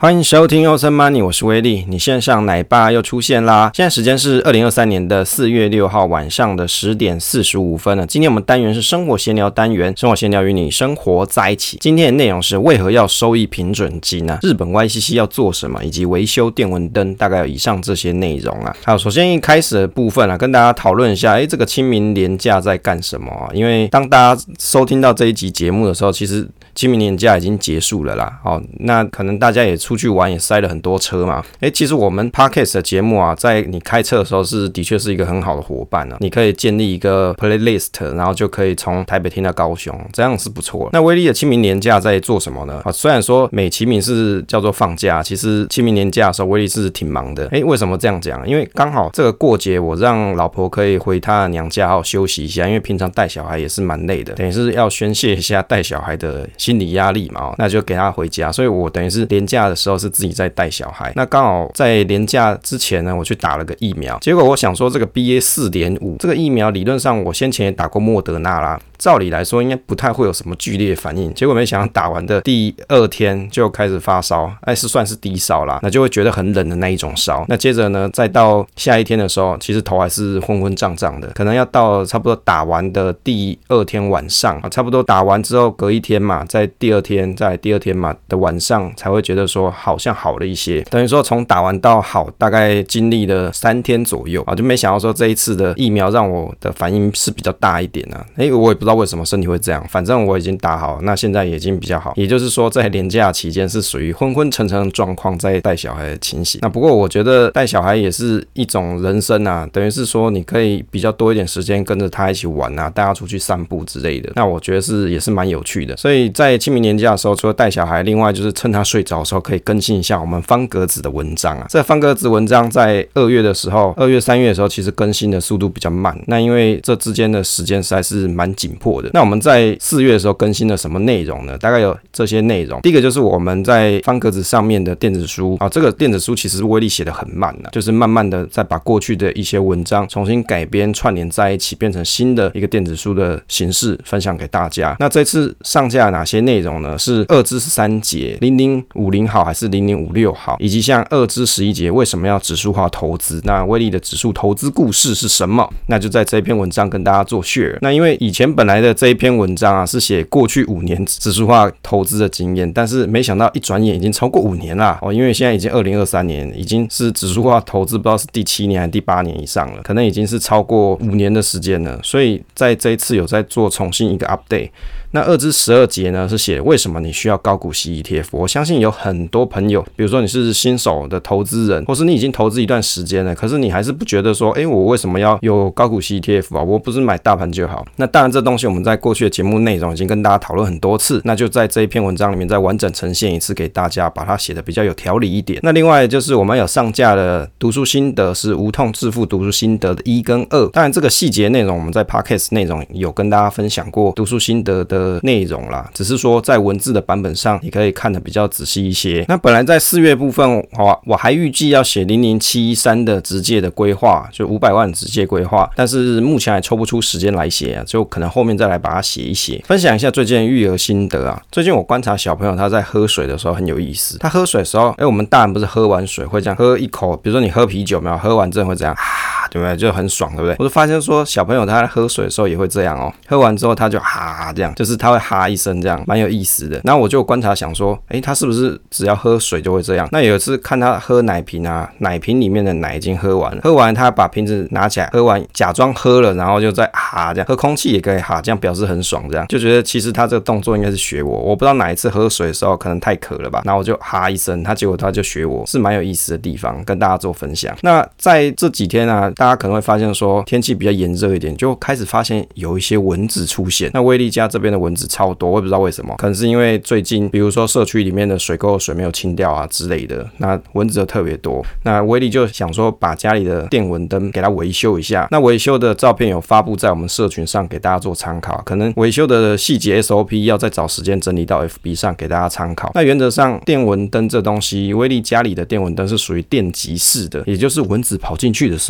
欢迎收听 Awesome Money， 我是威力，你线上奶爸又出现啦！现在时间是2023年的4月6号晚上的10点45分了。今天我们单元是生活闲聊单元，生活闲聊与你生活在一起。今天的内容是为何要收益平准金呢？日本 YCC 要做什么，以及维修电蚊灯，大概有以上这些内容啊。好，首先一开始的部分啊，跟大家讨论一下，这个清明连假在干什么啊？因为当大家收听到这一集节目的时候，其实清明年假已经结束了啦，那可能大家也出去玩，也塞了很多车嘛。其实我们 Podcast 的节目啊，在你开车的时候的确是一个很好的伙伴啊。你可以建立一个 playlist， 然后就可以从台北听到高雄，这样是不错。那威力的清明年假在做什么呢？虽然说每清明是叫做放假，其实清明年假的时候威力是挺忙的。为什么这样讲？因为刚好这个过节，我让老婆可以回她的娘家好好休息一下，因为平常带小孩也是蛮累的，等于是要宣泄一下带小孩的心理压力嘛，那就给他回家，所以我等于是连假的时候是自己在带小孩。那刚好在连假之前呢，我去打了个疫苗，结果我想说这个 BA4.5 这个疫苗理论上我先前也打过莫德纳啦，照理来说应该不太会有什么剧烈反应，结果没想到打完的第2天就开始发烧，是算是低烧啦，那就会觉得很冷的那一种烧。那接着呢，再到下一天的时候，其实头还是昏昏胀胀的，可能要到差不多打完的第2天晚上，差不多打完之后隔一天嘛，在第2天再第2天嘛的晚上才会觉得说好像好了一些，等于说从打完到好大概经历了3天左右就没想到说这一次的疫苗让我的反应是比较大一点啊。我也不知道为什么身体会这样，反正我已经打好，那现在已经比较好，也就是说在连假期间是属于昏昏沉沉的状况，在带小孩的情形。那不过我觉得带小孩也是一种人生啊，等于是说你可以比较多一点时间跟着他一起玩啊，带他出去散步之类的，那我觉得也是蛮有趣的。所以在清明年假的时候，除了带小孩，另外就是趁他睡着的时候可以更新一下我们方格子的文章啊。这个方格子文章在2月的时候，2月3月的时候其实更新的速度比较慢，那因为这之间的时间实在是蛮紧迫的。那我们在4月的时候更新了什么内容呢？大概有这些内容。第一个就是我们在方格子上面的电子书这个电子书其实威力写得很慢就是慢慢的再把过去的一些文章重新改编串联在一起，变成新的一个电子书的形式分享给大家。那这次上架哪些内容呢？是2至13节0050好还是0056好，以及像2至11节为什么要指数化投资，那威力的指数投资故事是什么，那就在这篇文章跟大家做 share。 那因为以前本来的这一篇文章是写过去5年指数化投资的经验，但是没想到一转眼已经超过5年啦因为现在已经2023年，已经是指数化投资不知道是第7年还是第8年以上了，可能已经是超过5年的时间了，所以在这一次有在做重新一个 update。那2至12节呢是写为什么你需要高股息 ETF。 我相信有很多朋友，比如说你是新手的投资人，或是你已经投资一段时间了，可是你还是不觉得说我为什么要有高股息 ETF 我不是买大盘就好。那当然这东西我们在过去的节目内容已经跟大家讨论很多次，那就在这一篇文章里面再完整呈现一次给大家，把它写得比较有条理一点。那另外就是我们有上架的读书心得，是无痛致富读书心得的1跟2。当然这个细节内容我们在 Podcast 内容有跟大家分享过读书心得的内容啦，只是说在文字的版本上你可以看得比较仔细一些。那本来在4月部分我还预计要写00713的直借的规划，就500万直借规划，但是目前还抽不出时间来写就可能后面再来把它写一写，分享一下最近的育儿心得最近我观察小朋友他在喝水的时候很有意思，他喝水的时候我们大人不是喝完水会这样喝一口，比如说你喝啤酒没有，喝完之后会这样对不对？就很爽，对不对？我就发现说小朋友他在喝水的时候也会这样喝完之后他就这样，就是他会一声这样，蛮有意思的。然后我就观察想说他是不是只要喝水就会这样。那有一次看他喝奶瓶奶瓶里面的奶已经喝完了，喝完他把瓶子拿起来，喝完假装喝了，然后就再这样，喝空气也可以这样表示很爽，这样就觉得其实他这个动作应该是学我不知道哪一次喝水的时候可能太渴了吧，然后我就一声，结果他就学我，是蛮有意思的地方，跟大家做分享。那在这几天大家可能会发现说天气比较炎热一点，就开始发现有一些蚊子出现。那威力家这边的蚊子超多，我也不知道为什么，可能是因为最近比如说社区里面的水沟的水没有清掉之类的，那蚊子就特别多。那威力就想说把家里的电蚊灯给它维修一下，那维修的照片有发布在我们社群上给大家做参考，可能维修的细节 SOP 要再找时间整理到 FB 上给大家参考。那原则上电蚊灯这东西，威力家里的电蚊灯是属于电极式的，也就是蚊子跑进去的时候它会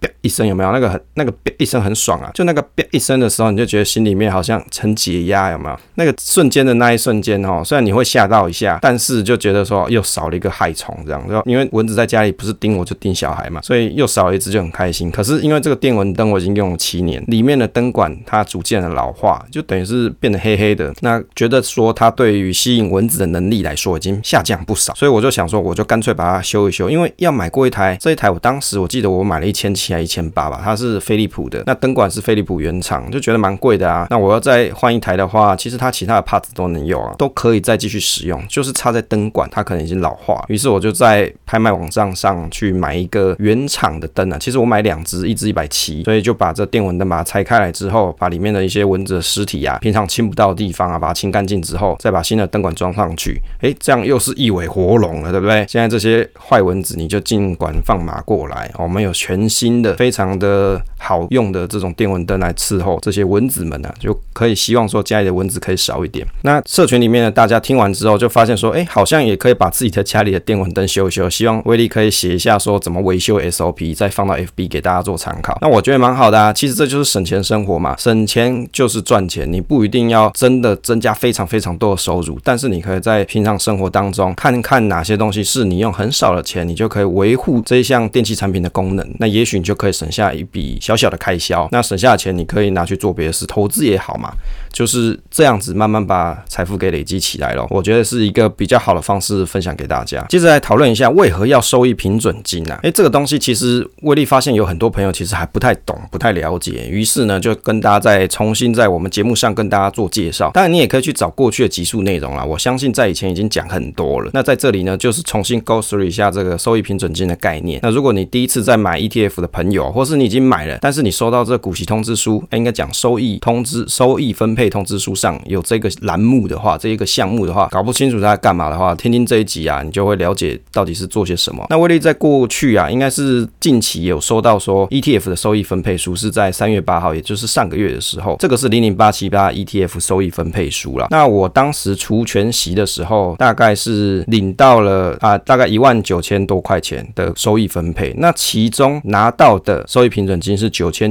啪一声，有没有那个啪一声很爽啊？就那个啪一声的时候，你就觉得心里面好像很解压，有没有？那个瞬间的那一瞬间虽然你会吓到一下，但是就觉得说又少了一个害虫这样，因为蚊子在家里不是叮我就叮小孩嘛，所以又少了一只就很开心。可是因为这个电蚊灯我已经用了7年，里面的灯管它逐渐的老化，就等于是变得黑黑的，那觉得说它对于吸引蚊子的能力来说已经下降不少，所以我就想说我就干脆把它修一修，因为要买过一台，这一台我当时我记得我买了1700还1800吧，它是飞利浦的，那灯管是飞利浦原厂，就觉得蛮贵的啊。那我要再换一台的话，其实它其他的 parts 都能用啊，都可以再继续使用，就是插在灯管它可能已经老化，于是我就在拍卖网站上去买一个原厂的灯啊，其实我买2只，一只170，所以就把这电蚊灯把它拆开来之后，把里面的一些蚊子的尸体啊，平常清不到的地方啊，把它清干净之后，再把新的灯管装上去，这样又是一尾活龙了，对不对？现在这些坏蚊子你就尽管放马过来，我们有全新的非常的好用的这种电蚊灯来伺候这些蚊子们啊，就可以希望说家里的蚊子可以少一点。那社群里面的大家听完之后就发现说，好像也可以把自己的家里的电蚊灯修一修，希望威力可以写一下说怎么维修 SOP， 再放到 FB 给大家做参考。那我觉得蛮好的啊，其实这就是省钱生活嘛，省钱就是赚钱，你不一定要真的增加非常非常多的收入，但是你可以在平常生活当中看看哪些东西是你用很少的钱，你就可以维护这一项电器产品的功能，那也许你就可以省下一笔小小的开销，那省下的钱你可以拿去做别的事，投资也好嘛，就是这样子慢慢把财富给累积起来了，我觉得是一个比较好的方式分享给大家。接着来讨论一下为何要收益平准金啊？这个东西其实威力发现有很多朋友其实还不太懂，不太了解，于是呢就跟大家再重新在我们节目上跟大家做介绍。当然你也可以去找过去的集数内容啦，我相信在以前已经讲很多了。那在这里呢就是重新 go through 一下这个收益平准金的概念。那如果你第一次在买 ETF 的朋友，或是你已经买了，但是你收到这个股息通知书，应该讲收益分配通知书上有这个栏目的话，这一个项目的话，搞不清楚它在干嘛的话，听听这一集啊，你就会了解到底是做些什么。那威力在过去啊，应该是近期有收到说 ETF 的收益分配书是在3月8号，也就是上个月的时候，这个是00878 ETF 收益分配书啦。那我当时除权息的时候，大概是领到了大概19000多块钱的收益分配，那其中拿到的收益平准金是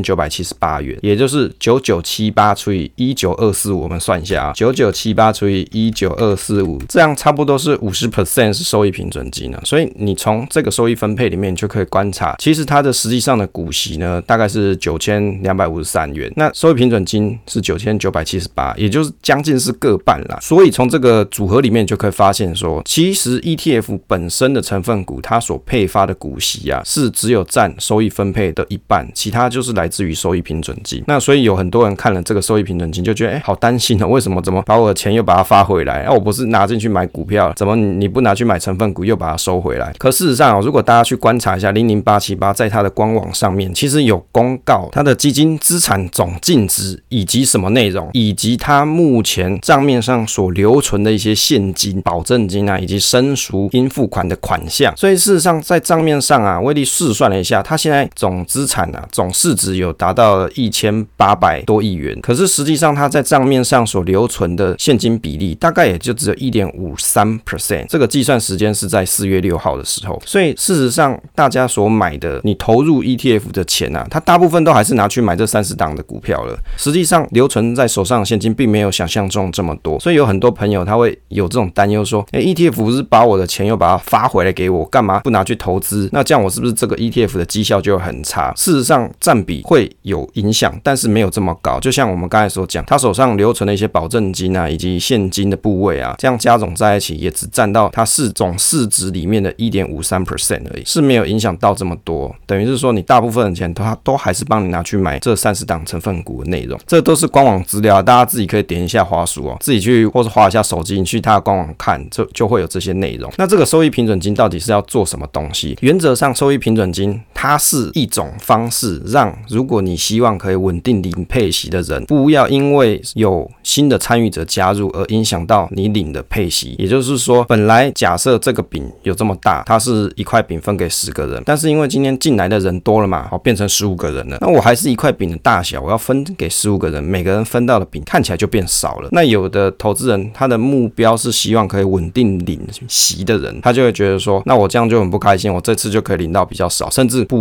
9978元，也就是9978除以19245，我们算一下啊，9978除以19245，这样差不多是50% 是收益平准金呢。所以你从这个收益分配里面，你就可以观察，其实它的实际上的股息呢，大概是9253元，那收益平准金是9978，也就是将近是各半啦。所以从这个组合里面就可以发现说，其实 ETF 本身的成分股，它所配发的股息啊，是只有占收益分配的一半，其他就是来自于收益平准金。那所以有很多人看了这个收益平准金，就觉得好担心哦，为什么怎么把我的钱又把它发回来？我不是拿进去买股票，怎么你不拿去买成分股又把它收回来？可事实上如果大家去观察一下00878在它的官网上面，其实有公告它的基金资产总净值以及什么内容，以及它目前账面上所留存的一些现金、保证金啊，以及申赎应付款的款项。所以事实上在账面上啊，威力试算了一下，它现在总资产啊，总市值有达到了1800多亿元，可是实际上它在账面上所留存的现金比例大概也就只有 1.53%， 这个计算时间是在4月6号的时候。所以事实上大家所买的，你投入 ETF 的钱啊，它大部分都还是拿去买这30档的股票了，实际上留存在手上的现金并没有想象中这么多。所以有很多朋友他会有这种担忧说ETF 不是把我的钱又把它发回来给我，干嘛不拿去投资？那这样我是不是这个 ETF 的绩效就很差？事实上占比会有影响，但是没有这么高。就像我们刚才所讲，他手上留存的一些保证金啊，以及现金的部位啊，这样加总在一起也只占到它总市值里面的 1.53% 而已，是没有影响到这么多。等于是说你大部分的钱都还是帮你拿去买这30档成分股的内容，这都是官网资料，大家自己可以点一下滑鼠自己去或是滑一下手机，你去它的官网看，就会有这些内容。那这个收益平准金到底是要做什么东西？原则上收益平准金它是一种方式，让如果你希望可以稳定领配息的人，不要因为有新的参与者加入而影响到你领的配息。也就是说，本来假设这个饼有这么大，它是一块饼分给10个人，但是因为今天进来的人多了嘛，变成15个人了，那我还是一块饼的大小，我要分给15个人，每个人分到的饼看起来就变少了。那有的投资人他的目标是希望可以稳定领息的人，他就会觉得说，那我这样就很不开心，我这次就可以领到比较少，甚至不领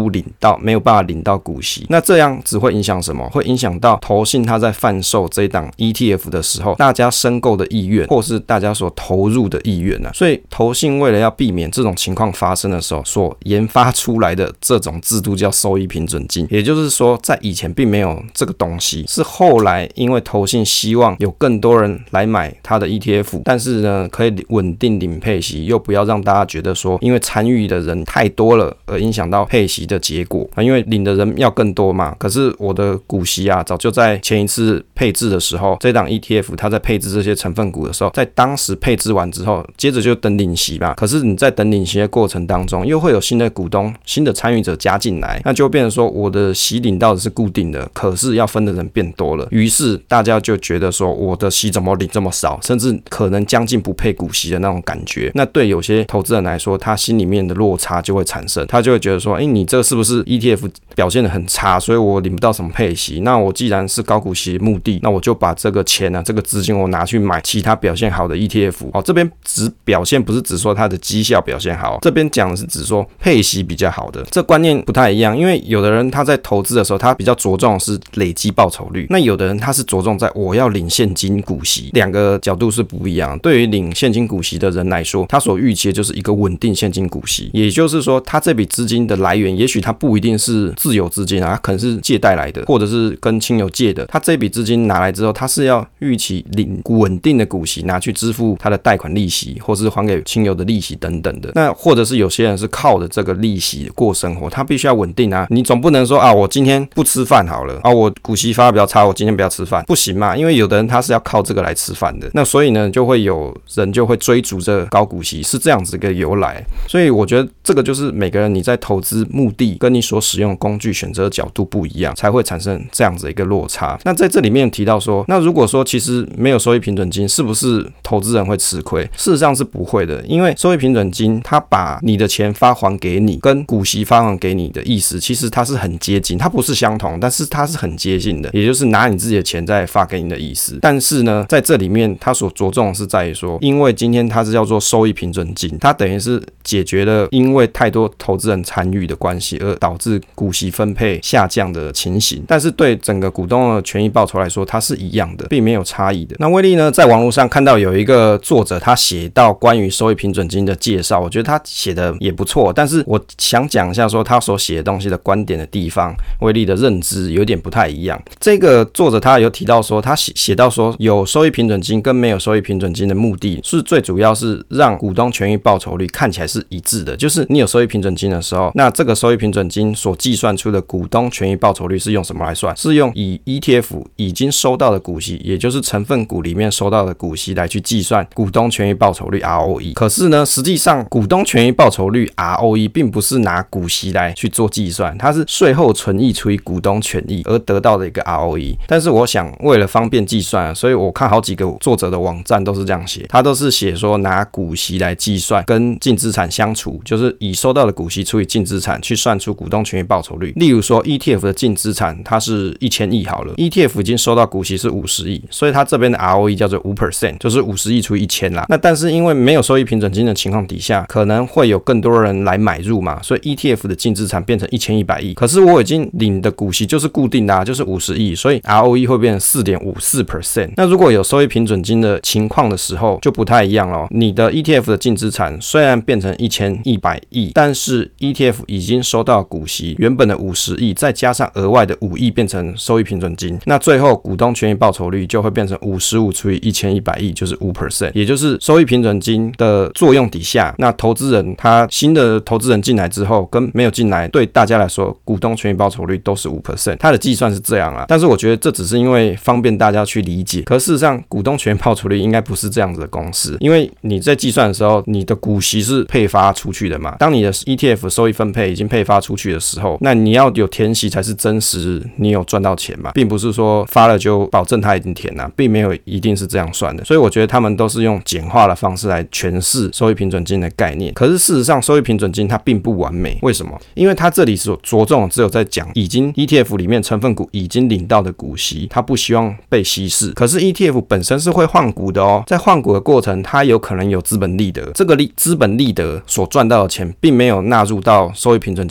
没有办法领到股息。那这样只会影响什么？会影响到投信他在贩售这一档 ETF 的时候，大家申购的意愿，或是大家所投入的意愿啊。所以投信为了要避免这种情况发生的时候，所研发出来的这种制度叫收益平准金。也就是说，在以前并没有这个东西，是后来因为投信希望有更多人来买他的 ETF， 但是呢可以稳定领配息，又不要让大家觉得说因为参与的人太多了而影响到配息的结果因为领的人要更多嘛。可是我的股息啊，早就在前一次配置的时候，这档 ETF 它在配置这些成分股的时候，在当时配置完之后，接着就等领息嘛。可是你在等领息的过程当中，又会有新的股东、新的参与者加进来，那就变成说我的息领到的是固定的，可是要分的人变多了，于是大家就觉得说我的息怎么领这么少，甚至可能将近不配股息的那种感觉。那对有些投资人来说，他心里面的落差就会产生，他就会觉得说，你这个是不是 ETF 表现得很差，所以我领不到什么配息？那我既然是高股息的目的，那我就把这个钱啊，这个资金我拿去买其他表现好的 ETF。这边指表现不是指说它的绩效表现好，这边讲的是指说配息比较好的。这观念不太一样，因为有的人他在投资的时候，他比较着重的是累积报酬率，那有的人他是着重在我要领现金股息，两个角度是不一样。对于领现金股息的人来说，他所预期的就是一个稳定现金股息，也就是说他这笔资金的来源，也许他不一定是自有资金啊，他可能是借贷来的，或者是跟亲友借的。他这笔资金拿来之后，他是要预期领稳定的股息，拿去支付他的贷款利息，或是还给亲友的利息等等的。那或者是有些人是靠着这个利息过生活，他必须要稳定啊。你总不能说我今天不吃饭好了我股息发的比较差，我今天不要吃饭，不行嘛？因为有的人他是要靠这个来吃饭的。那所以呢，就会有人就会追逐这高股息，是这样子一个由来。所以我觉得这个就是每个人你在投资目的跟你所使用的工具选择的角度不一样，才会产生这样子一个落差。那在这里面提到说，那如果说其实没有收益平准金，是不是投资人会吃亏？事实上是不会的，因为收益平准金它把你的钱发还给你，跟股息发还给你的意思，其实它是很接近，它不是相同，但是它是很接近的，也就是拿你自己的钱再发给你的意思。但是呢，在这里面它所着重的是在于说，因为今天它是叫做收益平准金，它等于是解决了因为太多投资人参与的关系而导致股息分配下降的情形，但是对整个股东的权益报酬来说，它是一样的，并没有差异的。那威力呢，在网络上看到有一个作者，他写到关于收益平准金的介绍，我觉得他写的也不错，但是我想讲一下说他所写的东西的观点的地方，威力的认知有点不太一样。这个作者他有提到说，他写到说，有收益平准金跟没有收益平准金的目的是最主要是让股东权益报酬率看起来是一致的，就是你有收益平准金的时候，那这个收益平准金所计算出的股东权益报酬率是用什么来算？是用以 ETF 已经收到的股息，也就是成分股里面收到的股息来去计算股东权益报酬率 ROE。 可是呢，实际上股东权益报酬率 ROE 并不是拿股息来去做计算，它是税后纯益除以股东权益而得到的一个 ROE。 但是我想为了方便计算，所以我看好几个作者的网站都是这样写，他都是写说拿股息来计算跟净资产相除，就是以收到的股息除以净资产去算出股东权益报酬率。例如说 ETF 的净资产它是1000亿好了， ETF 已经收到股息是50亿，所以它这边的 ROE 叫做 5%， 就是50亿除以1000啦。那但是因为没有收益平准金的情况底下，可能会有更多人来买入嘛，所以 ETF 的净资产变成1100亿，可是我已经领的股息就是固定的就是50亿，所以 ROE 会变成 4.54%。 那如果有收益平准金的情况的时候就不太一样咯，你的 ETF 的净资产虽然变成1100亿，但是 ETF 已经收到股息原本的50亿，再加上额外的5亿变成收益平准金，那最后股东权益报酬率就会变成55除以1100亿，就是 5%。 也就是收益平准金的作用底下，那投资人他新的投资人进来之后跟没有进来，对大家来说股东权益报酬率都是 5%， 它的计算是这样但是我觉得这只是因为方便大家去理解，可事实上股东权益报酬率应该不是这样子的公式，因为你在计算的时候，你的股息是配发出去的嘛，当你的 ETF 收益分配已经配发出去的时候，那你要有填息才是真实你有赚到钱嘛，并不是说发了就保证它已经填了，并没有一定是这样算的。所以我觉得他们都是用简化的方式来诠释收益平准金的概念，可是事实上收益平准金它并不完美。为什么？因为它这里所着重的只有在讲已经 ETF 里面成分股已经领到的股息，它不希望被稀释。可是 ETF 本身是会换股的在换股的过程它有可能有资本利得，这个资本利得所赚到的钱并没有纳入到收益平准金里面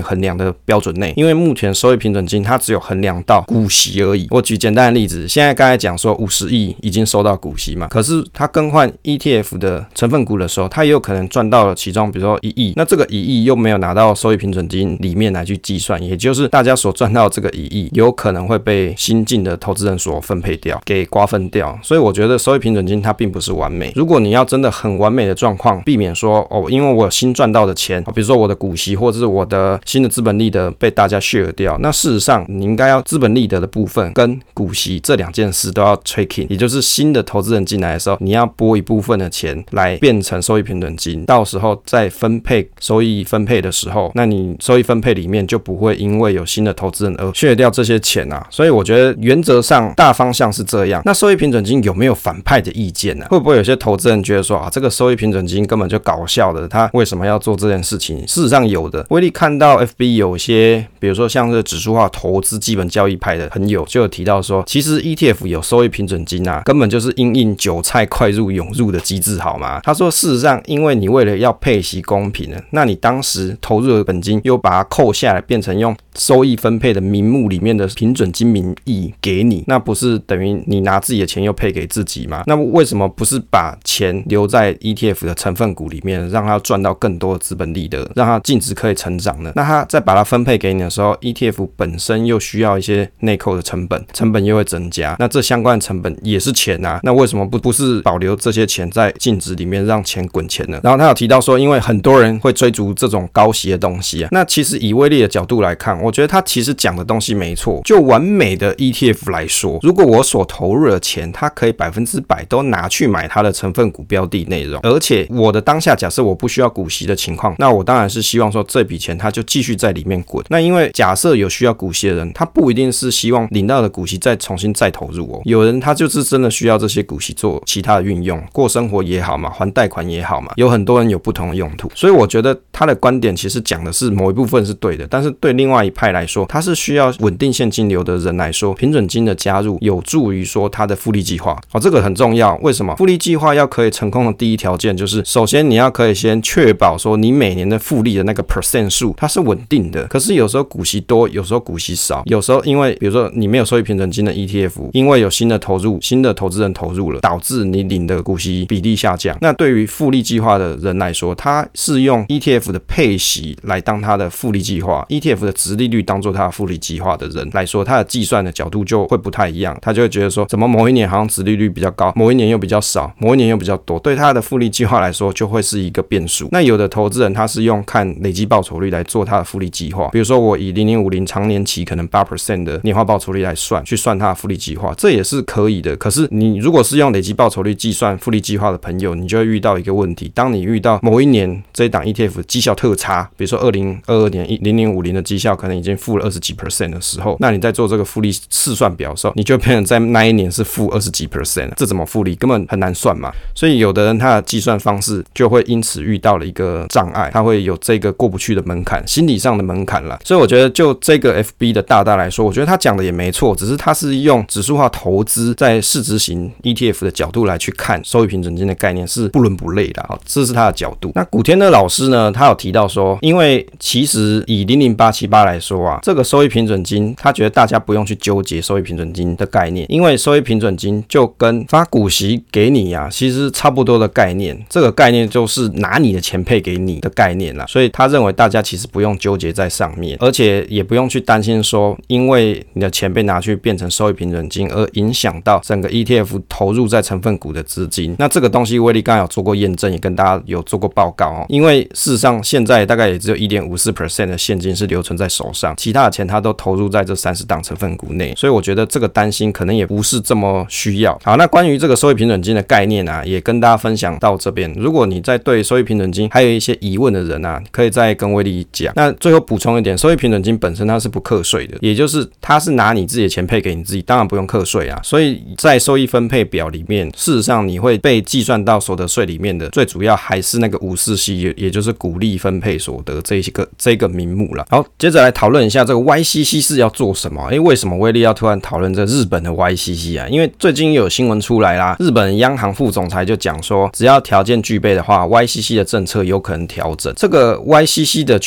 衡量的标准内，因为目前收益平准金它只有衡量到股息而已。我举简单的例子，现在刚才讲说50亿已经收到股息嘛，可是它更换 ETF 的成分股的时候，它也有可能赚到了其中比如说1亿，那这个1亿又没有拿到收益平准金里面来去计算，也就是大家所赚到的这个1亿有可能会被新进的投资人所分配掉，给瓜分掉。所以我觉得收益平准金它并不是完美，如果你要真的很完美的状况，避免说因为我有新赚到的钱，比如说我的股息或者是我的新的资本利得被大家 share 掉，那事实上你应该要资本利得的部分跟股息这两件事都要 check in， 也就是新的投资人进来的时候，你要拨一部分的钱来变成收益平准金，到时候在分配收益分配的时候，那你收益分配里面就不会因为有新的投资人而 share 掉这些钱啊。所以我觉得原则上大方向是这样。那收益平准金有没有反派的意见呢？会不会有些投资人觉得说这个收益平准金根本就搞笑的，他为什么要做这件事情？事实上有的，威力看到 FB 有些比如说像是指数化投资基本交易派的朋友就有提到说，其实 ETF 有收益平准金啊，根本就是因应韭菜快入涌入的机制好吗？他说事实上因为你为了要配息公平，那你当时投入的本金又把它扣下来，变成用收益分配的名目里面的平准金名义给你，那不是等于你拿自己的钱又配给自己吗？那为什么不是把钱留在 ETF 的成分股里面，让它赚到更多的资本利得，让它净值可以成长呢？那它再把它分配给你的时候， ETF 本身又需要一些内扣的成本又会增加，那这相关的成本也是钱啊，那为什么不是保留这些钱在净值里面让钱滚钱呢？然后他有提到说，因为很多人会追逐这种高息的东西啊，那其实以威力的角度来看，我觉得他其实讲的东西没错。就完美的 ETF 来说，如果我所投入的钱，它可以100%都拿去买它的成分股标的内容，而且我的当下假设我不需要股息的情况，那我当然是希望说这笔钱它就继续在里面滚。那因为假设有需要股息的人，他不一定是希望领到的股息再重新再投入哦，有人他就是真的需要这些股息做其他的运用，过生活也好嘛，还贷款也好嘛，有很多人有不同的用途。所以我觉得他的观点其实讲的是某一部分是对的，但是对另外一派来说，他是需要稳定现金流的人来说，平准金的加入有助于说他的复利计划这个很重要。为什么？复利计划要可以成功的第一条件就是，首先你要可以先确保说你每年的复利的那个 percent 数它是稳定的。可是有时候股息多，有时候股息少，有时候因为比如说你没有收益平准金的 ETF， 因为有新的投资人投入了，导致你领的股息比例下降。那对于复利计划的人来说，他是用 ETF 的配息来当他的复利计划， ETF 的殖利率当做他的复利计划的人来说，他的计算的角度就会不太一样，他就会觉得说怎么某一年好像殖利率比较高，某一年又比较少，某一年又比较多，对他的复利计划来说就会是一个变数。那有的投资人他是用看累积报酬率来做他的复利计划，比如说我以0050长年期可能 8% 的年化报酬率来去算他的复利计划，这也是可以的。可是你如果是用累积报酬率计算复利计划的朋友，你就会遇到一个问题，当你遇到某一年这一档 ETF 绩效特差，比如说2022年0050的绩效可能已经负了20几%的时候，那你在做这个复利试算表的时候，你就变成在那一年是负20几%，这怎么复利根本很难算嘛。所以有的人他的计算方式就会因此遇到了一个障碍，他会有这个过不去的门槛，心理上的门槛啦。所以我觉得就这个 FB 的大来说，我觉得他讲的也没错，只是他是用指数化投资在市值型 ETF 的角度来去看收益平准金的概念是不伦不类的，这是他的角度。那古天乐老师呢，他有提到说，因为其实以00878来说啊，这个收益平准金他觉得大家不用去纠结收益平准金的概念，因为收益平准金就跟发股息给你啊其实差不多的概念，这个概念就是拿你的钱配给你的概念啦。所以他认为大家其实不用纠结在上面，而且也不用去担心说因为你的钱被拿去变成收益平准金而影响到整个 ETF 投入在成分股的资金。那这个东西威力刚才有做过验证，也跟大家有做过报告因为事实上现在大概也只有 1.54% 的现金是留存在手上，其他的钱他都投入在这30档成分股内，所以我觉得这个担心可能也不是这么需要。好，那关于这个收益平准金的概念啊，也跟大家分享到这边。如果你在对收益平准金还有一些疑问的人啊，可以再跟威力讲。那最后补充一点，收益平准金本身它是不课税的，也就是它是拿你自己的钱配给你自己，当然不用课税啊。所以在收益分配表里面，事实上你会被计算到所得税里面的，最主要还是那个54C，也就是股利分配所得这个名目啦。好，接着来讨论一下这个 YCC 是要做什么？为什么威力要突然讨论这日本的 YCC 啊？因为最近有新闻出来啦，日本央行副总裁就讲说，只要条件具备的话 ，YCC 的政策有可能调整。这个 YCC 的全名叫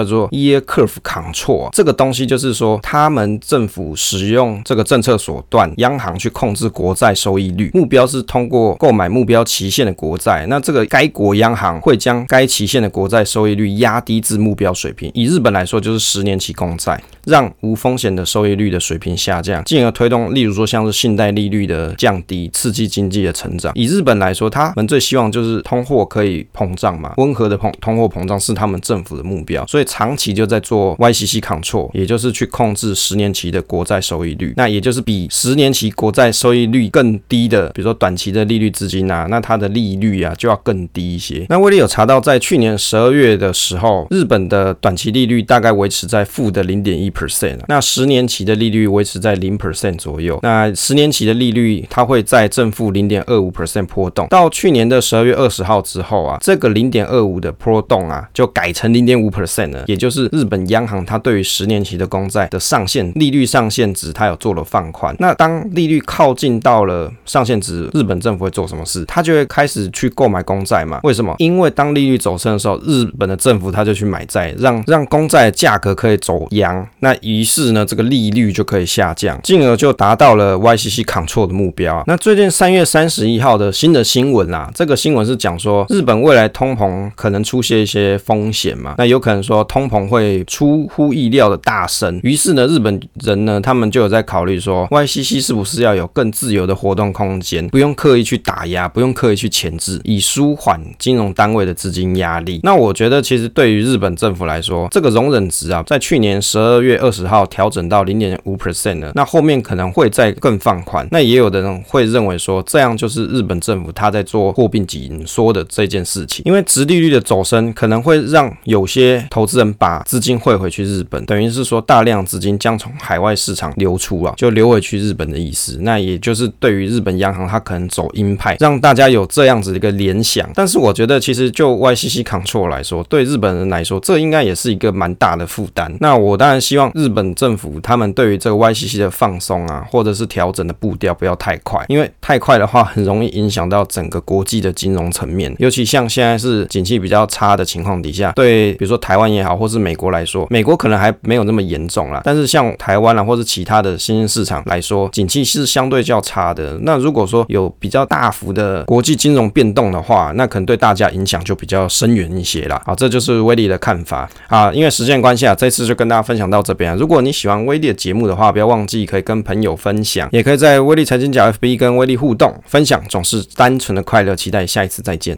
叫做 Yield Curve Control， 这个东西就是说他们政府使用这个政策手段，央行去控制国债收益率，目标是通过购买目标期限的国债，那这个该国央行会将该期限的国债收益率压低至目标水平，以日本来说就是10年期公债，让无风险的收益率的水平下降，进而推动例如说像是信贷利率的降低，刺激经济的成长。以日本来说，他们最希望就是通货可以膨胀嘛，温和的通货膨胀是他们政府的目标，所以长期就在做 YCC Control， 也就是去控制10年期的国债收益率，那也就是比10年期国债收益率更低的，比如说短期的利率资金啊，那它的利率啊就要更低一些。那威力有查到，在去年12月的时候，日本的短期利率大概维持在负的 0.1%， 那10年期的利率维持在 0% 左右，那10年期的利率它会在正负 0.25% 波动。到去年的12月20号之后啊，这个 0.25 的波动啊就改成 0.5% 了，也就是日本央行它对于10年期的公债的上限利率上限值它有做了放宽。那当利率靠近到了上限值，日本政府会做什么事？它就会开始去购买公债嘛。为什么？因为当利率走升的时候，日本的政府它就去买债，让公债的价格可以走扬，那于是呢这个利率就可以下降，进而就达到了 YCC Control 的目标。那最近3月31号的新的新闻啦，这个新闻是讲说日本未来通膨可能出现一些风险嘛，那有可能说通膨会出乎意料的大升，于是呢日本人呢他们就有在考虑说 YCC 是不是要有更自由的活动空间，不用刻意去打压，不用刻意去钳制，以舒缓金融单位的资金压力。那我觉得其实对于日本政府来说，这个容忍值啊在去年12月20号调整到 0.5% 呢，那后面可能会再更放宽。那也有的人会认为说这样就是日本政府他在做货币紧缩的这件事情，因为殖利率的走升可能会让有些投资人把资金汇回去日本，等于是说大量资金将从海外市场流出啊，就流回去日本的意思。那也就是对于日本央行它可能走鹰派，让大家有这样子的一个联想。但是我觉得其实就 YCC Control 来说，对日本人来说这应该也是一个蛮大的负担。那我当然希望日本政府他们对于这个 YCC 的放松啊，或者是调整的步调不要太快，因为太快的话很容易影响到整个国际的金融层面，尤其像现在是景气比较差的情况底下，对比如说台湾也好或是美国来说，美国可能还没有那么严重啦，但是像台湾或是其他的新兴市场来说，景气是相对较差的。那如果说有比较大幅的国际金融变动的话，那可能对大家影响就比较深远一些啦。好，这就是威力的看法啊。因为时间关系啊，这次就跟大家分享到这边啊。如果你喜欢威力的节目的话，不要忘记可以跟朋友分享，也可以在威力财经角 FB 跟威力互动分享，总是单纯的快乐。期待下一次再见。